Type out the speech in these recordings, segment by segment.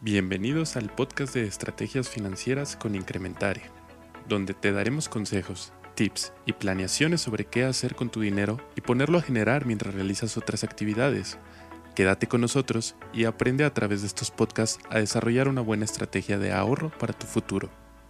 Bienvenidos al podcast de estrategias financieras con Incrementare, donde te daremos consejos, tips y planeaciones sobre qué hacer con tu dinero y ponerlo a generar mientras realizas otras actividades. Quédate con nosotros y aprende a través de estos podcasts a desarrollar una buena estrategia de ahorro para tu futuro.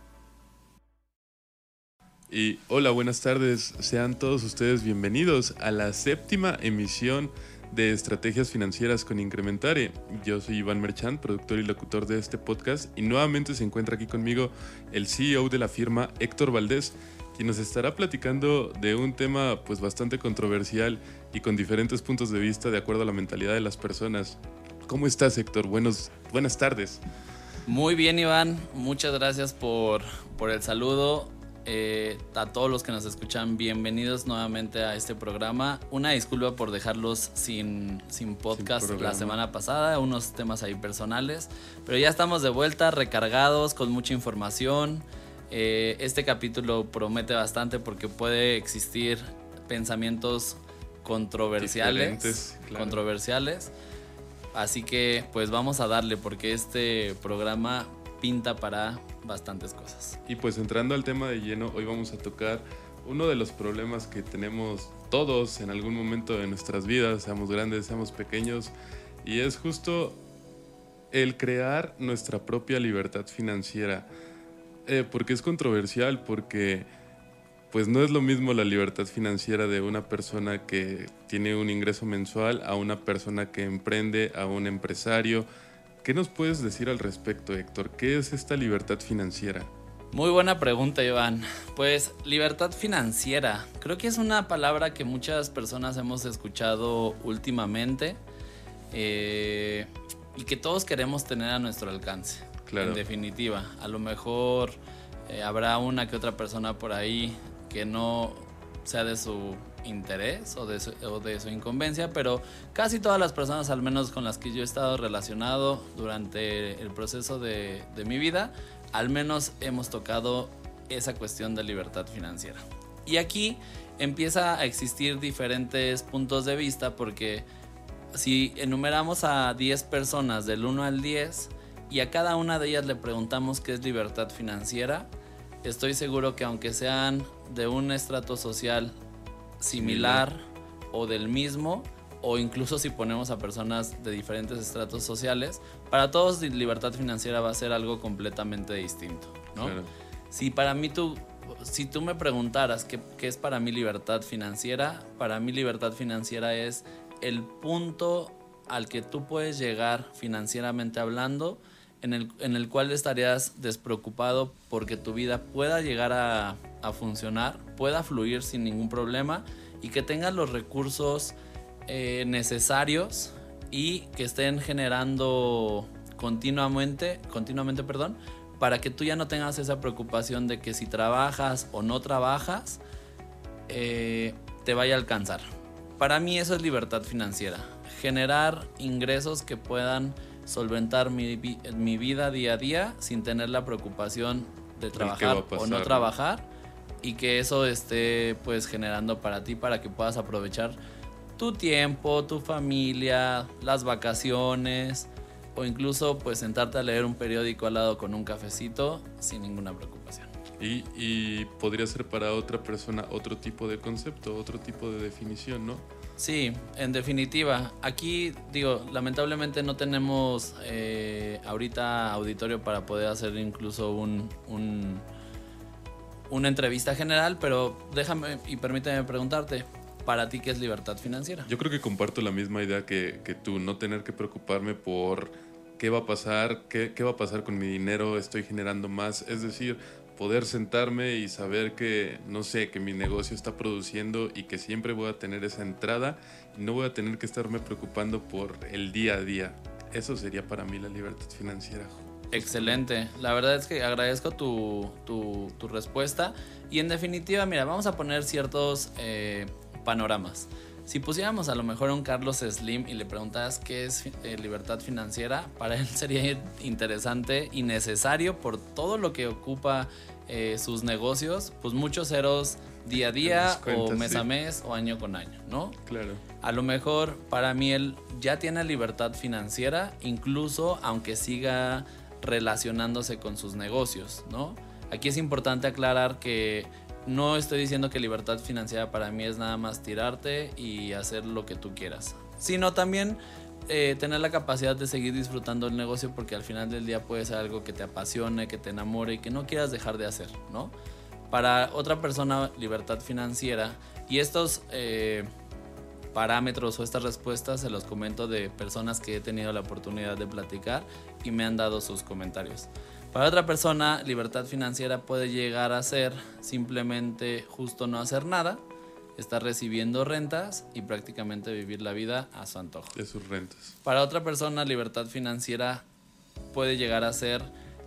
Y hola, buenas tardes, sean todos ustedes bienvenidos a la 7ª emisión de Estrategias Financieras con Incrementare. Yo soy Iván Merchant, productor y locutor de este podcast, y nuevamente se encuentra aquí conmigo el CEO de la firma, Héctor Valdés, quien nos estará platicando de un tema pues bastante controversial y con diferentes puntos de vista de acuerdo a la mentalidad de las personas. ¿Cómo estás, Héctor? Buenas tardes. Muy bien, Iván, muchas gracias por el saludo. A todos los que nos escuchan, bienvenidos nuevamente a este programa. Una disculpa por dejarlos sin podcast la semana pasada, unos temas ahí personales, pero ya estamos de vuelta, recargados, con mucha información. Este capítulo promete bastante porque puede existir pensamientos controversiales, así que pues vamos a darle, porque este programa pinta para bastantes cosas. Y pues entrando al tema de lleno, hoy vamos a tocar uno de los problemas que tenemos todos en algún momento de nuestras vidas, seamos grandes, seamos pequeños, y es justo el crear nuestra propia libertad financiera. Porque es controversial, porque pues no es lo mismo la libertad financiera de una persona que tiene un ingreso mensual a una persona que emprende, a un empresario. ¿Qué nos puedes decir al respecto, Héctor? ¿Qué es esta libertad financiera? Muy buena pregunta, Iván. Pues libertad financiera, creo que es una palabra que muchas personas hemos escuchado últimamente y que todos queremos tener a nuestro alcance. Claro. En definitiva, a lo mejor habrá una que otra persona por ahí que no sea de su interés o de su incumbencia, pero casi todas las personas, al menos con las que yo he estado relacionado durante el proceso de mi vida, al menos hemos tocado esa cuestión de libertad financiera. Y aquí empieza a existir diferentes puntos de vista, porque si enumeramos a 10 personas del 1 al 10 y a cada una de ellas le preguntamos qué es libertad financiera, estoy seguro que aunque sean de un estrato social similar o del mismo, o incluso si ponemos a personas de diferentes estratos sociales, para todos libertad financiera va a ser algo completamente distinto, ¿no? Claro. Si tú me preguntaras qué es para mí libertad financiera, para mí libertad financiera es el punto al que tú puedes llegar financieramente hablando, en el cual estarías despreocupado porque tu vida pueda llegar a funcionar, pueda fluir sin ningún problema, y que tengas los recursos necesarios y que estén generando continuamente, para que tú ya no tengas esa preocupación de que si trabajas o no trabajas te vaya a alcanzar. Para mí eso es libertad financiera, generar ingresos que puedan solventar mi vida día a día sin tener la preocupación de trabajar o no trabajar, y que eso esté pues generando para ti, para que puedas aprovechar tu tiempo, tu familia, las vacaciones, o incluso pues sentarte a leer un periódico al lado con un cafecito sin ninguna preocupación. Y podría ser para otra persona otro tipo de concepto, otro tipo de definición, ¿no? Sí, en definitiva. Aquí, lamentablemente no tenemos ahorita auditorio para poder hacer incluso una entrevista general, pero déjame y permíteme preguntarte, ¿para ti qué es libertad financiera? Yo creo que comparto la misma idea que tú, no tener que preocuparme por qué va a pasar, qué va a pasar con mi dinero, estoy generando más, es decir, poder sentarme y saber que, no sé, que mi negocio está produciendo y que siempre voy a tener esa entrada y no voy a tener que estarme preocupando por el día a día. Eso sería para mí la libertad financiera. Excelente, la verdad es que agradezco tu respuesta. Y en definitiva, mira, vamos a poner ciertos panoramas. Si pusiéramos a lo mejor a un Carlos Slim y le preguntas qué es libertad financiera, para él sería interesante y necesario, por todo lo que ocupa sus negocios, pues muchos ceros día a día o mes a mes o año con año, ¿no? Claro. A lo mejor para mí él ya tiene libertad financiera, incluso aunque siga relacionándose con sus negocios, ¿no? Aquí es importante aclarar que no estoy diciendo que libertad financiera para mí es nada más tirarte y hacer lo que tú quieras, sino también tener la capacidad de seguir disfrutando el negocio, porque al final del día puede ser algo que te apasione, que te enamore y que no quieras dejar de hacer, ¿no? Para otra persona, libertad financiera, y estos parámetros o estas respuestas se los comento de personas que he tenido la oportunidad de platicar y me han dado sus comentarios. Para otra persona, libertad financiera puede llegar a ser simplemente justo no hacer nada, estar recibiendo rentas y prácticamente vivir la vida a su antojo. De sus rentas. Para otra persona, libertad financiera puede llegar a ser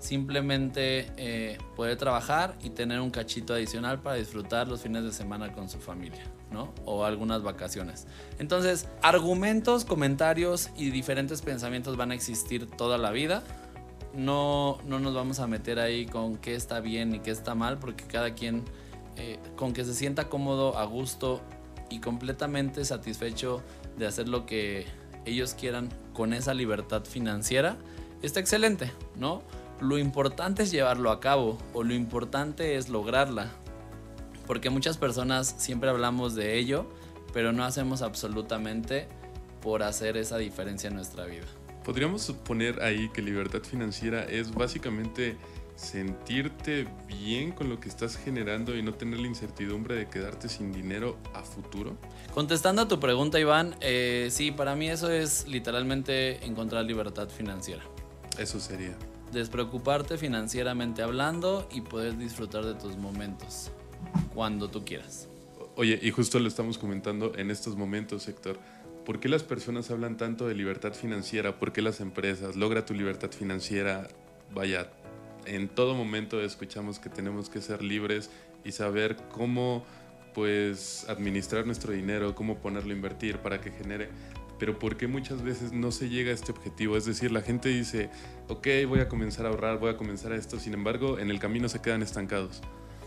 simplemente poder trabajar y tener un cachito adicional para disfrutar los fines de semana con su familia, ¿no? O algunas vacaciones. Entonces, argumentos, comentarios y diferentes pensamientos van a existir toda la vida. No nos vamos a meter ahí con qué está bien y qué está mal, porque cada quien con que se sienta cómodo, a gusto y completamente satisfecho de hacer lo que ellos quieran con esa libertad financiera, está excelente, ¿no? Lo importante es llevarlo a cabo, o lo importante es lograrla, porque muchas personas siempre hablamos de ello, pero no hacemos absolutamente por hacer esa diferencia en nuestra vida. Podríamos suponer ahí que libertad financiera es básicamente sentirte bien con lo que estás generando y no tener la incertidumbre de quedarte sin dinero a futuro. Contestando a tu pregunta, Iván, sí, para mí eso es literalmente encontrar libertad financiera. Eso sería. Despreocuparte financieramente hablando y poder disfrutar de tus momentos cuando tú quieras. Oye, y justo lo estamos comentando en estos momentos, Héctor. ¿Por qué las personas hablan tanto de libertad financiera? ¿Por qué las empresas? Logra tu libertad financiera. Vaya, en todo momento escuchamos que tenemos que ser libres y saber cómo, pues, administrar nuestro dinero, cómo ponerlo a invertir para que genere. Pero ¿por qué muchas veces no se llega a este objetivo? Es decir, la gente dice, ok, voy a comenzar a ahorrar, voy a comenzar a esto. Sin embargo, en el camino se quedan estancados.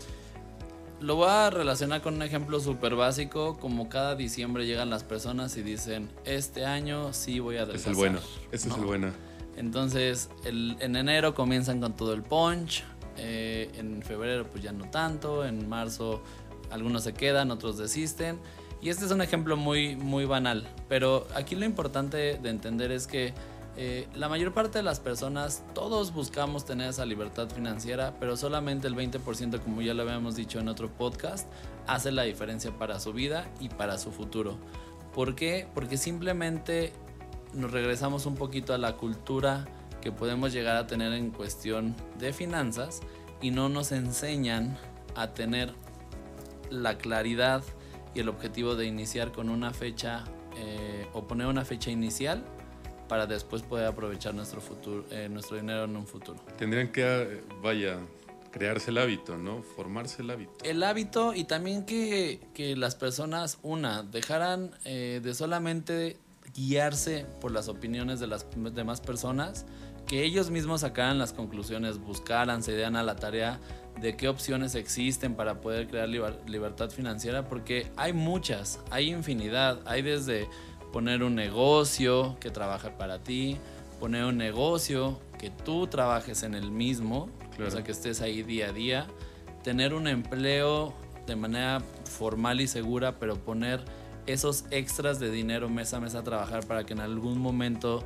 Lo voy a relacionar con un ejemplo súper básico. Como cada diciembre llegan las personas y dicen, este año sí voy a adelgazar. Es el bueno, ese es el bueno. Entonces en enero comienzan con todo el punch, en febrero pues ya no tanto, en marzo algunos se quedan, otros desisten. Y este es un ejemplo muy, muy banal, pero aquí lo importante de entender es que la mayor parte de las personas, todos buscamos tener esa libertad financiera, pero solamente el 20%, como ya lo habíamos dicho en otro podcast, hace la diferencia para su vida y para su futuro. ¿Por qué? Porque simplemente nos regresamos un poquito a la cultura que podemos llegar a tener en cuestión de finanzas y no nos enseñan a tener la claridad y el objetivo de iniciar con una fecha o poner una fecha inicial para después poder aprovechar nuestro futuro, nuestro dinero en un futuro. Tendrían que, crearse el hábito, ¿no? Formarse el hábito. El hábito, y también que las personas, dejaran de solamente guiarse por las opiniones de las demás personas, que ellos mismos sacaran las conclusiones, buscaran, se dieran a la tarea de qué opciones existen para poder crear libertad financiera, porque hay muchas, hay infinidad, hay desde poner un negocio que trabaje para ti, poner un negocio que tú trabajes en el mismo, claro. O sea, que estés ahí día a día, tener un empleo de manera formal y segura, pero poner esos extras de dinero mes a mes a trabajar para que en algún momento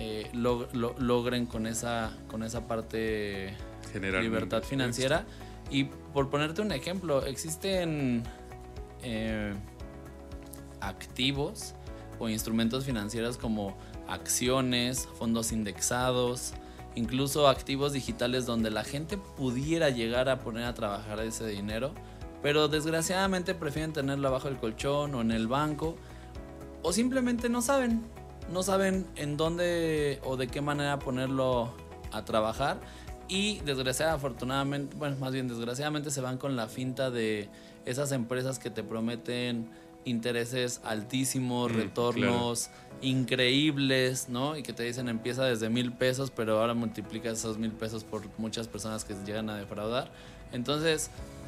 logren con esa parte de libertad financiera. Y por ponerte un ejemplo, existen activos o instrumentos financieros como acciones, fondos indexados, incluso activos digitales donde la gente pudiera llegar a poner a trabajar ese dinero, pero desgraciadamente prefieren tenerlo abajo del colchón o en el banco, o simplemente no saben en dónde o de qué manera ponerlo a trabajar, y desgraciadamente se van con la finta de esas empresas que te prometen intereses altísimos, retornos increíbles, ¿no? Y que te dicen empieza desde $1,000, pero ahora multiplicas esos $1,000 por muchas personas que llegan a defraudar. Entonces,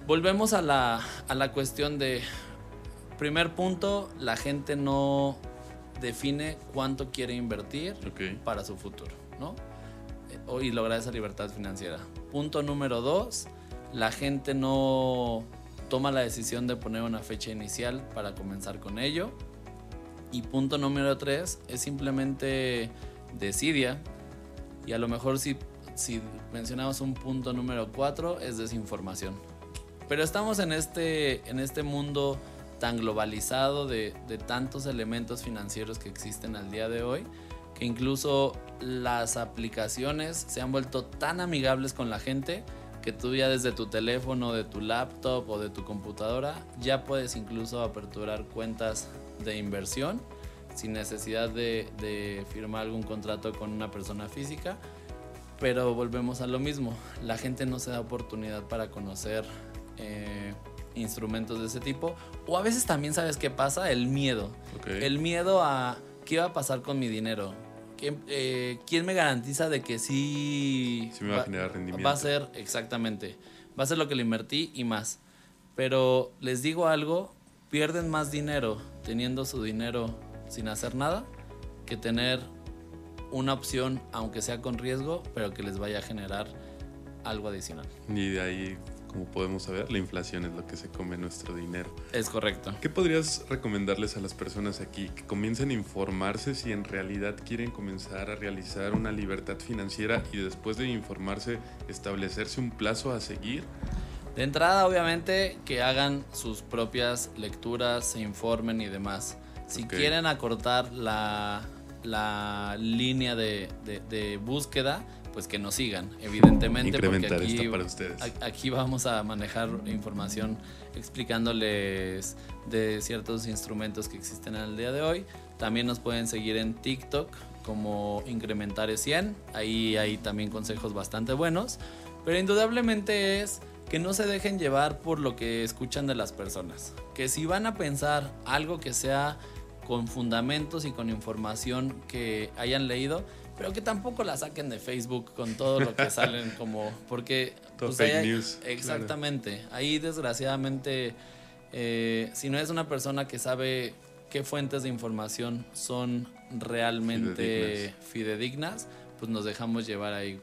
Volvemos a la cuestión de, primer punto, la gente no define cuánto quiere invertir para su futuro, ¿no? Y lograr esa libertad financiera. Punto número 2, la gente no toma la decisión de poner una fecha inicial para comenzar con ello. Y punto número 3 es simplemente desidia. Y a lo mejor si mencionamos un punto número 4 es desinformación. Pero estamos en este mundo tan globalizado de tantos elementos financieros que existen al día de hoy, que incluso las aplicaciones se han vuelto tan amigables con la gente que tú ya desde tu teléfono, de tu laptop o de tu computadora ya puedes incluso aperturar cuentas de inversión sin necesidad de firmar algún contrato con una persona física. Pero volvemos a lo mismo, la gente no se da oportunidad para conocer instrumentos de ese tipo, o a veces también, ¿sabes qué pasa? El miedo. El miedo a qué va a pasar con mi dinero. ¿Quién me garantiza de que sí me va a generar rendimiento? Va a ser, exactamente, va a ser lo que le invertí y más. Pero les digo algo, pierden más dinero teniendo su dinero sin hacer nada que tener una opción, aunque sea con riesgo, pero que les vaya a generar algo adicional. Y de ahí, como podemos saber, la inflación es lo que se come nuestro dinero. Es correcto. ¿Qué podrías recomendarles a las personas aquí que comiencen a informarse si en realidad quieren comenzar a realizar una libertad financiera y después de informarse establecerse un plazo a seguir? De entrada, obviamente, que hagan sus propias lecturas, se informen y demás. Si quieren acortar la línea de búsqueda, pues que nos sigan, evidentemente. Incrementar porque esto para ustedes. Aquí vamos a manejar información explicándoles de ciertos instrumentos que existen al día de hoy. También nos pueden seguir en TikTok como Incrementare 100. Ahí hay también consejos bastante buenos. Pero indudablemente es que no se dejen llevar por lo que escuchan de las personas. Que si van a pensar algo que sea con fundamentos y con información que hayan leído, pero que tampoco la saquen de Facebook con todo lo que salen como, porque pues, fake news. Exactamente. Claro. Ahí desgraciadamente, si no es una persona que sabe qué fuentes de información son realmente fidedignas, pues nos dejamos llevar ahí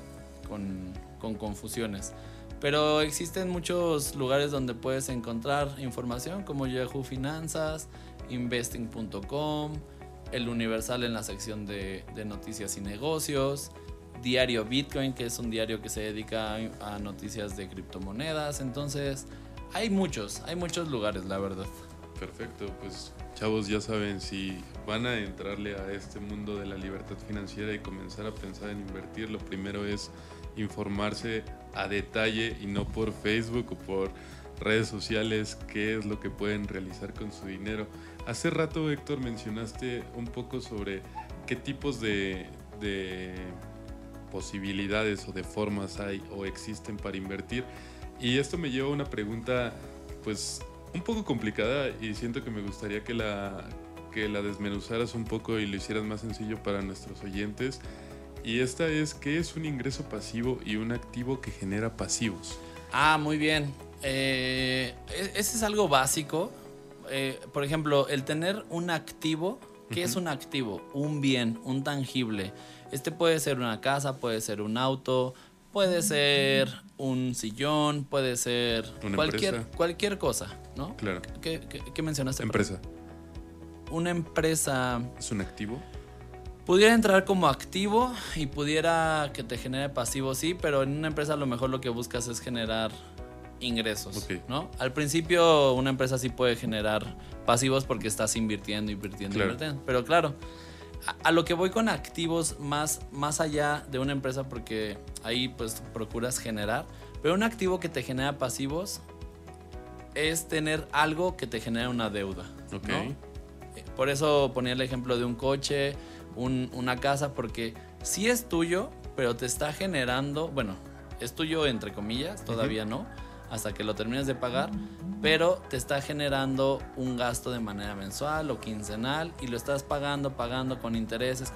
con confusiones. Pero existen muchos lugares donde puedes encontrar información como Yahoo Finanzas, investing.com, El Universal en la sección de noticias y negocios, Diario Bitcoin, que es un diario que se dedica a noticias de criptomonedas. Entonces hay muchos lugares, la verdad. Perfecto, pues chavos, ya saben, si van a entrarle a este mundo de la libertad financiera y comenzar a pensar en invertir, lo primero es informarse a detalle y no por Facebook o por redes sociales qué es lo que pueden realizar con su dinero. Hace rato, Héctor, mencionaste un poco sobre qué tipos de posibilidades o de formas hay o existen para invertir, y esto me lleva a una pregunta pues un poco complicada y siento que me gustaría que la desmenuzaras un poco y lo hicieras más sencillo para nuestros oyentes. Y esta es, ¿qué es un ingreso pasivo y un activo que genera pasivos? Muy bien. Ese es algo básico. Por ejemplo, el tener un activo. ¿Qué es un activo? Un bien, un tangible. Puede ser una casa, puede ser un auto, puede ser un sillón, puede ser cualquier cosa, ¿no? Claro. ¿Qué mencionaste? Empresa. Una empresa. ¿Es un activo? Pudiera entrar como activo y pudiera que te genere pasivo, sí, pero en una empresa a lo mejor lo que buscas es generar ingresos, ¿no? Al principio una empresa sí puede generar pasivos porque estás invirtiendo. Pero claro, a lo que voy con activos más allá de una empresa, porque ahí pues procuras generar, pero un activo que te genera pasivos es tener algo que te genera una deuda, ¿no? Por eso ponía el ejemplo de un coche, una casa, porque sí es tuyo, pero te está generando, bueno, es tuyo entre comillas, todavía no, hasta que lo termines de pagar, pero te está generando un gasto de manera mensual o quincenal y lo estás pagando con intereses,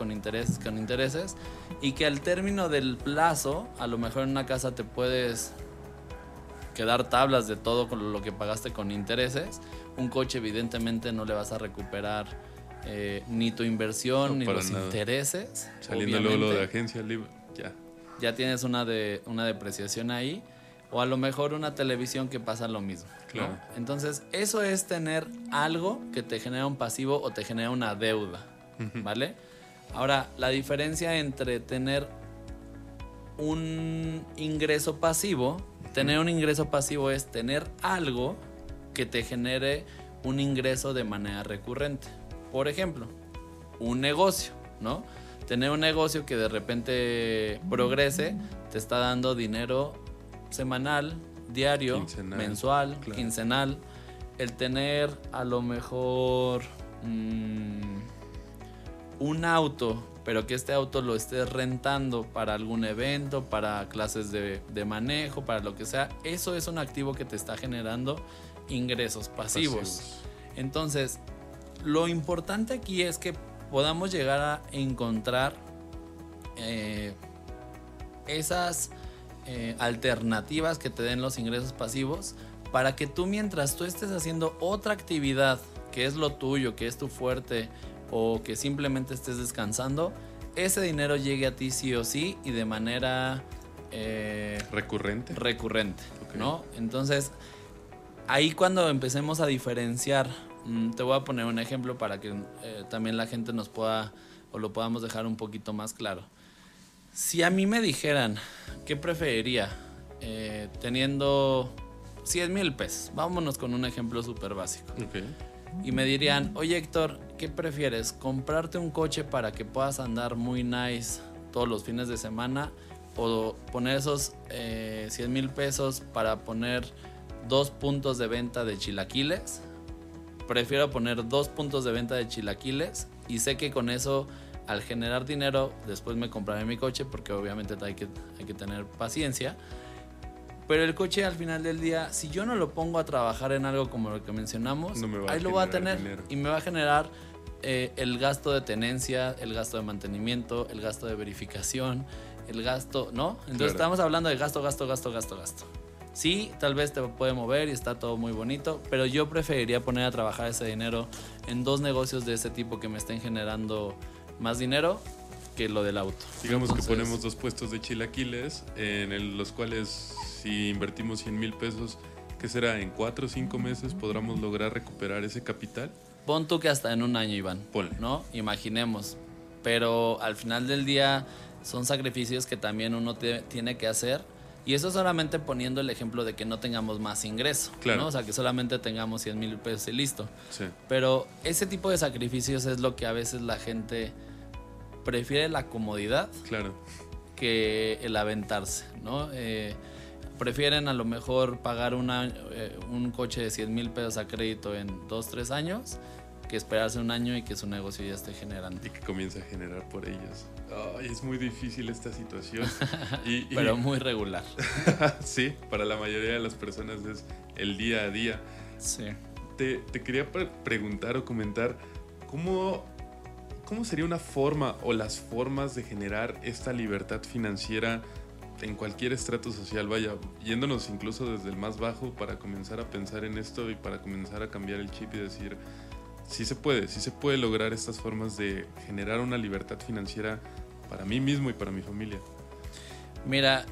y que al término del plazo, a lo mejor en una casa te puedes quedar tablas de todo con lo que pagaste con intereses. Un coche evidentemente no le vas a recuperar ni tu inversión ni los intereses. Saliendo luego de agencia, ya tienes una depreciación ahí. O a lo mejor una televisión que pasa lo mismo, claro. ¿no? Entonces, eso es tener algo que te genera un pasivo o te genera una deuda, ¿vale? Ahora, la diferencia entre tener un ingreso pasivo, tener un ingreso pasivo es tener algo que te genere un ingreso de manera recurrente. Por ejemplo, un negocio, ¿no? Tener un negocio que de repente progrese, te está dando dinero semanal, diario, quincenal, mensual, claro. Quincenal. El tener a lo mejor un auto, pero que este auto lo estés rentando para algún evento, para clases de manejo, para lo que sea, eso es un activo que te está generando ingresos pasivos. Entonces, lo importante aquí es que podamos llegar a encontrar esas alternativas que te den los ingresos pasivos para que tú, mientras tú estés haciendo otra actividad que es lo tuyo, que es tu fuerte, o que simplemente estés descansando, ese dinero llegue a ti sí o sí y de manera recurrente, okay. ¿No? Entonces, ahí cuando empecemos a diferenciar, te voy a poner un ejemplo para que también la gente nos pueda, o lo podamos dejar un poquito más claro. Si a mí me dijeran, ¿qué preferiría? Teniendo 100,000 pesos, vámonos con un ejemplo súper básico. Okay. Y me dirían, oye Héctor, ¿qué prefieres? ¿Comprarte un coche para que puedas andar muy nice todos los fines de semana? ¿O poner esos 100,000 pesos para poner 2 puntos de venta de chilaquiles? Prefiero poner 2 puntos de venta de chilaquiles y sé que con eso, al generar dinero, después me compraré mi coche, porque obviamente hay que tener paciencia. Pero el coche, al final del día, si yo no lo pongo a trabajar en algo como lo que mencionamos, ahí lo voy a tener dinero. Y me va a generar el gasto de tenencia, el gasto de mantenimiento, el gasto de verificación, el gasto, ¿no? Entonces claro. Estamos hablando de gasto. Sí, tal vez te puede mover y está todo muy bonito, pero yo preferiría poner a trabajar ese dinero en 2 negocios de ese tipo que me estén generando más dinero que lo del auto. Digamos. Entonces, que ponemos 2 puestos de chilaquiles en los cuales, si invertimos 100,000 pesos, ¿qué será? ¿En 4 o 5 meses podremos lograr recuperar ese capital? Pon tú que hasta en un año, Iván. Ponle. ¿No? Imaginemos. Pero al final del día son sacrificios que también uno tiene que hacer. Y eso solamente poniendo el ejemplo de que no tengamos más ingreso, claro. ¿no? O sea, que solamente tengamos 100,000 pesos y listo. Sí. Pero ese tipo de sacrificios es lo que a veces la gente prefiere, la comodidad, claro, que el aventarse, ¿no? Prefieren a lo mejor pagar un coche de 100,000 pesos a crédito en 2-3 años que esperarse un año y que su negocio ya esté generando. Y que comience a generar por ellos. Ay, es muy difícil esta situación. Pero muy regular. Sí, para la mayoría de las personas es el día a día. Sí. Te quería preguntar o comentar ¿cómo sería una forma o las formas de generar esta libertad financiera en cualquier estrato social? Vaya, yéndonos incluso desde el más bajo para comenzar a pensar en esto y para comenzar a cambiar el chip y decir, sí se puede lograr estas formas de generar una libertad financiera para mí mismo y para mi familia. Mira,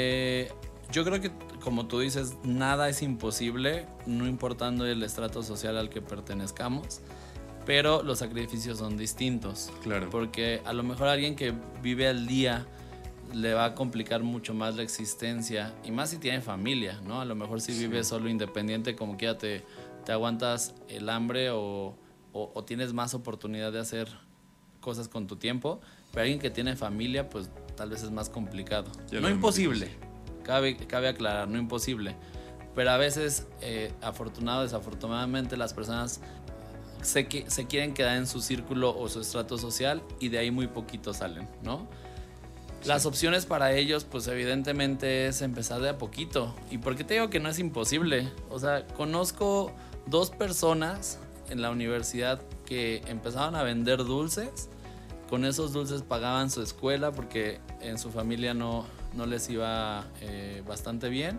yo creo que, como tú dices, nada es imposible, no importando el estrato social al que pertenezcamos, pero los sacrificios son distintos. Claro. Porque a lo mejor alguien que vive al día le va a complicar mucho más la existencia, y más si tiene familia, ¿no? A lo mejor si vives solo independiente, como que ya te aguantas el hambre o tienes más oportunidad de hacer cosas con tu tiempo, pero alguien que tiene familia, pues tal vez es más complicado. No imposible, cabe aclarar, no imposible, pero a veces, desafortunadamente, las personas se quieren quedar en su círculo o su estrato social y de ahí muy poquitos salen, ¿no? Sí. Las opciones para ellos, pues evidentemente es empezar de a poquito. ¿Y por qué te digo que no es imposible? O sea, conozco 2 personas en la universidad que empezaron a vender dulces. Con esos dulces pagaban su escuela porque en su familia no les iba bastante bien.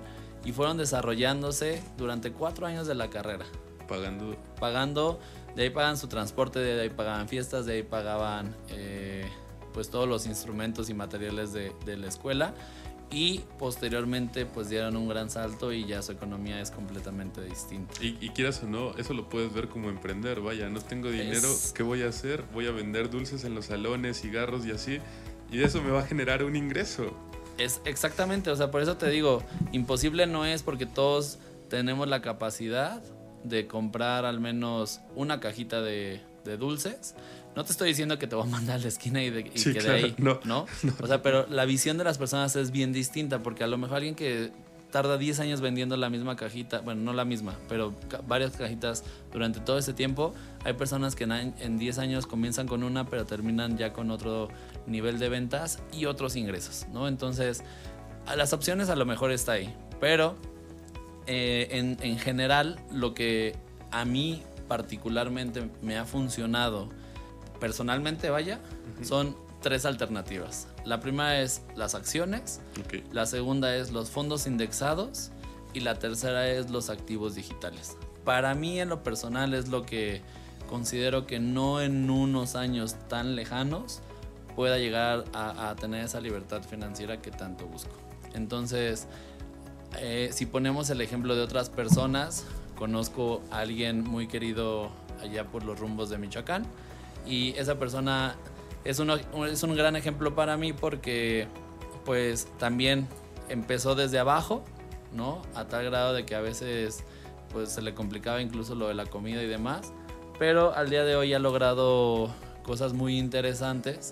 y fueron desarrollándose durante 4 años de la carrera. Pagando, de ahí pagan su transporte, de ahí pagaban fiestas, de ahí pagaban pues todos los instrumentos y materiales de la escuela, y posteriormente pues dieron un gran salto y ya su economía es completamente distinta. Y quieras o no, eso lo puedes ver como emprender, vaya, no tengo dinero, ¿qué voy a hacer? Voy a vender dulces en los salones, cigarros y así, y eso me va a generar un ingreso. Es exactamente, o sea, por eso te digo, imposible no es, porque todos tenemos la capacidad de comprar al menos una cajita de dulces. No te estoy diciendo que te voy a mandar a la esquina y sí, que claro, de ahí, ¿no? O sea, pero la visión de las personas es bien distinta, porque a lo mejor alguien que tarda 10 años vendiendo la misma cajita, bueno, no la misma, pero varias cajitas durante todo ese tiempo, hay personas que en 10 años comienzan con una, pero terminan ya con otro nivel de ventas y otros ingresos, ¿no? Entonces, las opciones a lo mejor está ahí, pero en general, lo que a mí particularmente me ha funcionado personalmente, vaya, son 3 alternativas. La primera es las acciones, la segunda es los fondos indexados y la tercera es los activos digitales. Para mí, en lo personal, es lo que considero que no en unos años tan lejanos pueda llegar a tener esa libertad financiera que tanto busco. Entonces, si ponemos el ejemplo de otras personas, conozco a alguien muy querido allá por los rumbos de Michoacán, y esa persona es un gran ejemplo para mí, porque pues también empezó desde abajo, ¿no? A tal grado de que a veces pues se le complicaba incluso lo de la comida y demás, pero al día de hoy ha logrado cosas muy interesantes,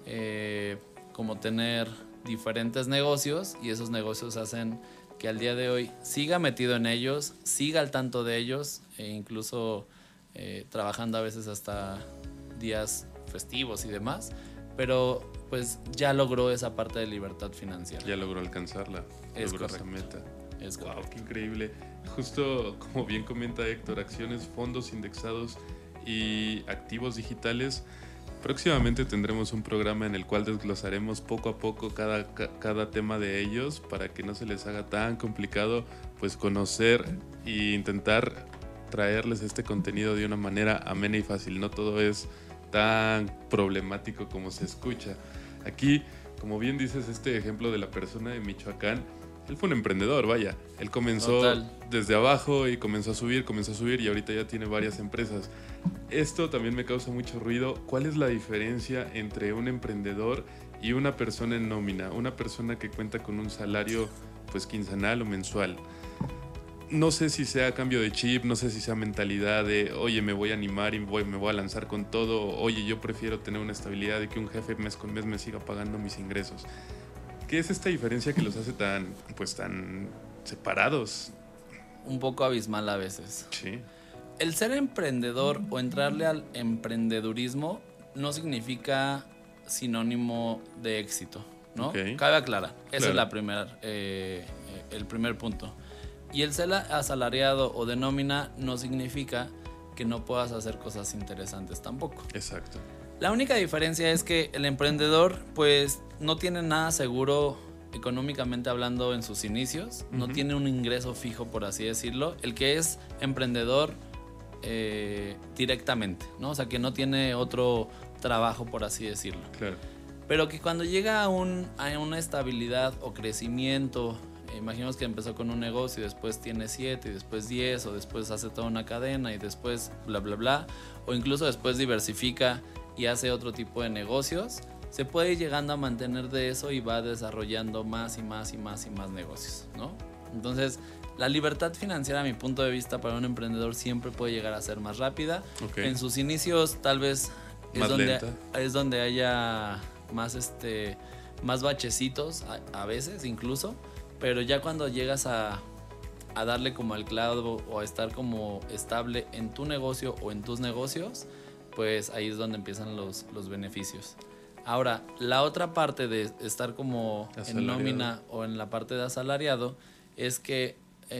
como tener diferentes negocios, y esos negocios hacen que al día de hoy siga metido en ellos, siga al tanto de ellos, e incluso trabajando a veces hasta días festivos y demás, pero pues ya logró esa parte de libertad financiera. Ya logró alcanzarla, logró esa meta. Wow, qué increíble. Justo como bien comenta Héctor, acciones, fondos indexados y activos digitales. Próximamente tendremos un programa en el cual desglosaremos poco a poco cada tema de ellos, para que no se les haga tan complicado pues conocer e intentar traerles este contenido de una manera amena y fácil. No todo es tan problemático como se escucha. Aquí, como bien dices, este ejemplo de la persona de Michoacán, él fue un emprendedor, vaya. Él comenzó desde abajo y comenzó a subir y ahorita ya tiene varias empresas. Esto también me causa mucho ruido. ¿Cuál es la diferencia entre un emprendedor y una persona en nómina? Una persona que cuenta con un salario pues quincenal o mensual. No sé si sea cambio de chip, no sé si sea mentalidad de, oye, me voy a animar y me voy a lanzar con todo. Oye, yo prefiero tener una estabilidad de que un jefe mes con mes me siga pagando mis ingresos. ¿Qué es esta diferencia que los hace tan separados? Un poco abismal a veces. Sí. El ser emprendedor o entrarle al emprendedurismo no significa sinónimo de éxito, ¿no? Cabe aclarar. Ese es el primer punto. Y el ser asalariado o de nómina no significa que no puedas hacer cosas interesantes tampoco. Exacto. La única diferencia es que el emprendedor pues no tiene nada seguro económicamente hablando en sus inicios, no tiene un ingreso fijo, por así decirlo. El que es emprendedor directamente, ¿no? O sea, que no tiene otro trabajo, por así decirlo. Claro. Pero que cuando llega a una estabilidad o crecimiento, imaginemos que empezó con un negocio y después tiene 7 y después 10, o después hace toda una cadena y después bla bla bla, o incluso después diversifica y hace otro tipo de negocios, se puede ir llegando a mantener de eso y va desarrollando más y más y más y más negocios, ¿no? Entonces, la libertad financiera, a mi punto de vista, para un emprendedor siempre puede llegar a ser más rápida. En sus inicios tal vez es donde haya más bachecitos a veces incluso, pero ya cuando llegas a darle como al clavo o a estar como estable en tu negocio o en tus negocios, pues ahí es donde empiezan los beneficios. Ahora, la otra parte de estar como en nómina o en la parte de asalariado es que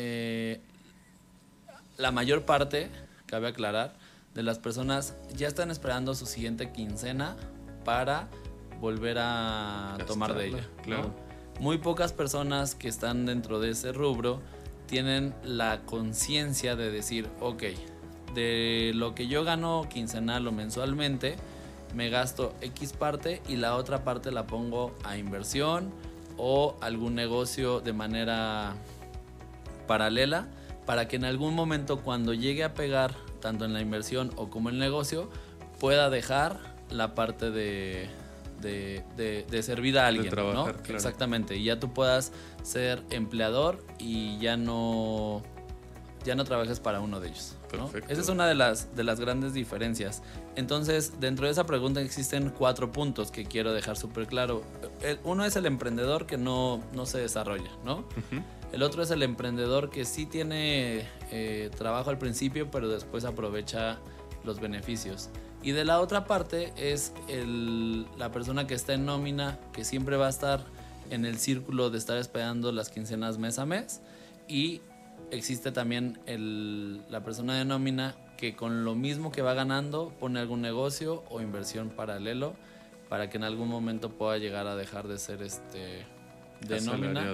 la mayor parte, cabe aclarar, de las personas ya están esperando su siguiente quincena para volver a tomar de ella, ¿no? Claro. Muy pocas personas que están dentro de ese rubro tienen la conciencia de decir, ok, de lo que yo gano quincenal o mensualmente, me gasto X parte y la otra parte la pongo a inversión o algún negocio de manera paralela, para que en algún momento, cuando llegue a pegar tanto en la inversión o como en el negocio, pueda dejar la parte de servir a alguien, de trabajar, ¿no? Claro. Exactamente, y ya tú puedas ser empleador y ya no trabajes para uno de ellos, ¿no? Esa es una de las grandes diferencias. Entonces, dentro de esa pregunta existen 4 puntos que quiero dejar súper claro. Uno es el emprendedor que no se desarrolla, ¿no? Uh-huh. El otro es el emprendedor que sí tiene trabajo al principio, pero después aprovecha los beneficios. Y de la otra parte es la persona que está en nómina, que siempre va a estar en el círculo de estar esperando las quincenas mes a mes. Y existe también la persona de nómina que con lo mismo que va ganando pone algún negocio o inversión paralelo para que en algún momento pueda llegar a dejar de ser de nómina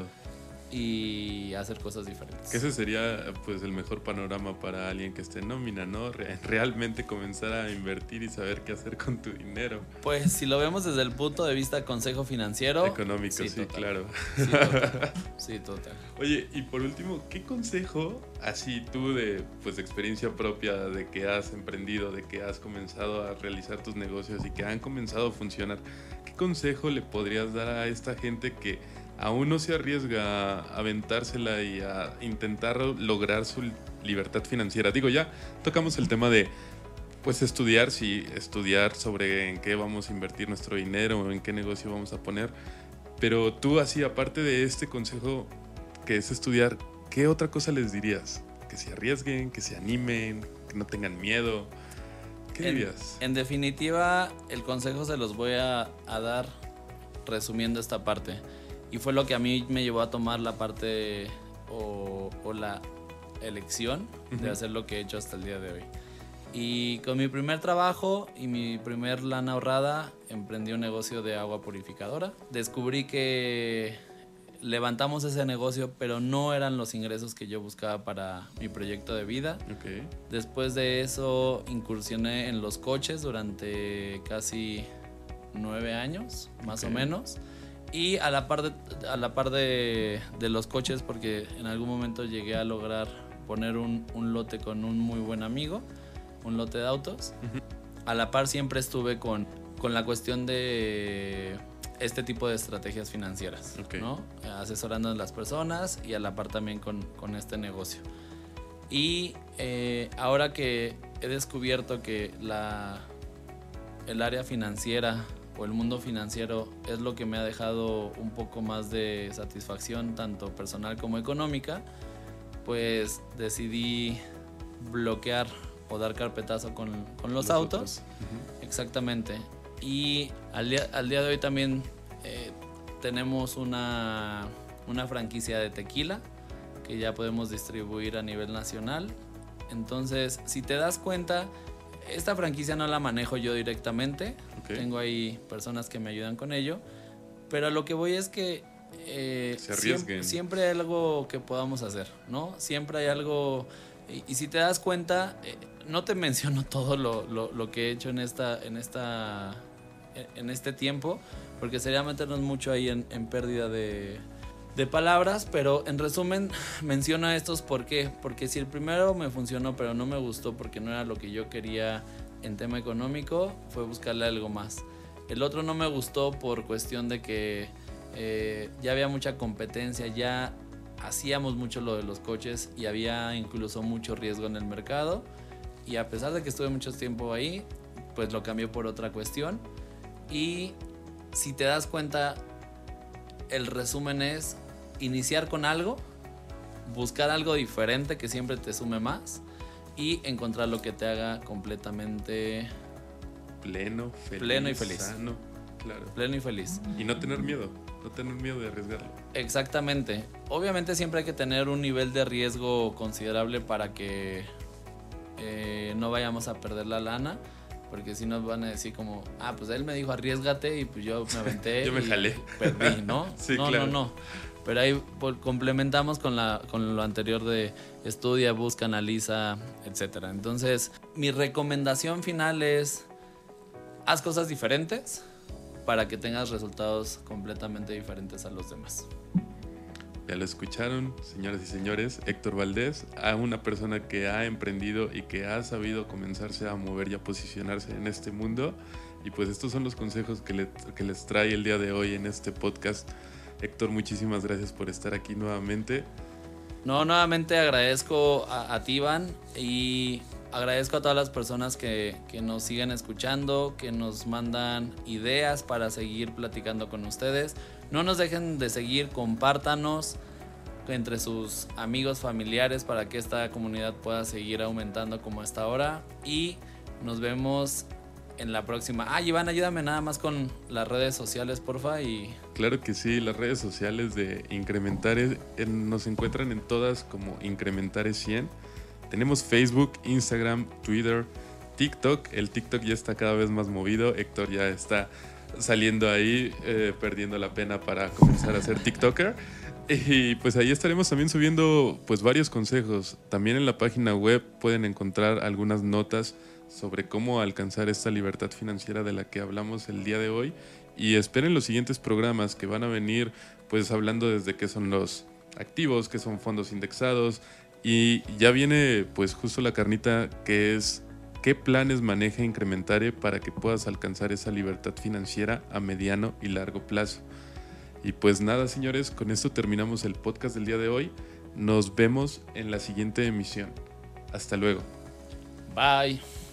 y hacer cosas diferentes. Que ese sería pues el mejor panorama para alguien que esté en nómina, ¿no? Realmente comenzar a invertir y saber qué hacer con tu dinero. Pues si lo vemos desde el punto de vista consejo financiero. Económico, sí, claro. Sí, total. Sí, total. Oye, y por último, ¿qué consejo, así tú de pues experiencia propia, de que has emprendido, de que has comenzado a realizar tus negocios y que han comenzado a funcionar, qué consejo le podrías dar a esta gente que aún no se arriesga a aventársela y a intentar lograr su libertad financiera? Digo, ya tocamos el tema de pues estudiar sobre en qué vamos a invertir nuestro dinero o en qué negocio vamos a poner, pero tú así, aparte de este consejo que es estudiar, ¿qué otra cosa les dirías? Que se arriesguen, que se animen, que no tengan miedo. ¿Qué dirías? En definitiva, el consejo se los voy a dar resumiendo esta parte. Y fue lo que a mí me llevó a tomar la parte o la elección de hacer lo que he hecho hasta el día de hoy. Y con mi primer trabajo y mi primer lana ahorrada, emprendí un negocio de agua purificadora. Descubrí que levantamos ese negocio, pero no eran los ingresos que yo buscaba para mi proyecto de vida. Okay. Después de eso, incursioné en los coches durante casi 9 años, más o menos. Y a la par de los coches, porque en algún momento llegué a lograr poner un lote con un muy buen amigo, un lote de autos. Uh-huh. A la par siempre estuve con la cuestión de este tipo de estrategias financieras, okay, ¿no? Asesorando a las personas y a la par también con este negocio. Y ahora que he descubierto que el área financiera o el mundo financiero es lo que me ha dejado un poco más de satisfacción, tanto personal como económica, pues decidí bloquear o dar carpetazo con los autos. Uh-huh. Exactamente. Y al día de hoy también tenemos una franquicia de tequila que ya podemos distribuir a nivel nacional. Entonces, si te das cuenta, esta franquicia no la manejo yo directamente. Okay. Tengo ahí personas que me ayudan con ello. Pero a lo que voy es que se arriesguen. Siempre hay algo que podamos hacer, ¿no? Siempre hay algo. Y si te das cuenta, no te menciono todo lo que he hecho en este tiempo, porque sería meternos mucho ahí en pérdida de palabras, pero en resumen menciono estos. ¿Por qué? Porque si el primero me funcionó pero no me gustó porque no era lo que yo quería en tema económico, fue buscarle algo más. El otro no me gustó por cuestión de que ya había mucha competencia, ya hacíamos mucho lo de los coches y había incluso mucho riesgo en el mercado, y a pesar de que estuve mucho tiempo ahí, pues lo cambié por otra cuestión. Y si te das cuenta, el resumen es iniciar con algo, buscar algo diferente que siempre te sume más y encontrar lo que te haga completamente pleno y feliz. Sano, claro. Pleno y feliz. Y no tener miedo de arriesgarlo. Exactamente. Obviamente siempre hay que tener un nivel de riesgo considerable para que no vayamos a perder la lana, porque si nos van a decir como, pues él me dijo arriesgate y pues yo me aventé. Yo me jalé. Perdí, ¿no? Sí, no, claro. No. Pero ahí complementamos con lo anterior de estudia, busca, analiza, etc. Entonces, mi recomendación final es: haz cosas diferentes para que tengas resultados completamente diferentes a los demás. Ya lo escucharon, señoras y señores, Héctor Valdés, a una persona que ha emprendido y que ha sabido comenzarse a mover y a posicionarse en este mundo. Y pues estos son los consejos que les trae el día de hoy en este podcast. Héctor, muchísimas gracias por estar aquí nuevamente. No, nuevamente agradezco a ti, Iván, y agradezco a todas las personas que nos siguen escuchando, que nos mandan ideas para seguir platicando con ustedes. No nos dejen de seguir, compártanos entre sus amigos, familiares, para que esta comunidad pueda seguir aumentando como hasta ahora. Y nos vemos en la próxima. Iván, ayúdame nada más con las redes sociales, porfa. Claro que sí, las redes sociales de Incrementares nos encuentran en todas como Incrementares 100. Tenemos Facebook, Instagram, Twitter, TikTok. El TikTok ya está cada vez más movido. Héctor ya está saliendo ahí, perdiendo la pena para comenzar a ser TikToker. Y pues ahí estaremos también subiendo pues varios consejos. También en la página web pueden encontrar algunas notas sobre cómo alcanzar esta libertad financiera de la que hablamos el día de hoy. Y esperen los siguientes programas que van a venir pues hablando desde qué son los activos, qué son fondos indexados. Y ya viene pues justo la carnita, que es qué planes maneja Incrementare para que puedas alcanzar esa libertad financiera a mediano y largo plazo. Y pues nada, señores, con esto terminamos el podcast del día de hoy. Nos vemos en la siguiente emisión. Hasta luego. Bye.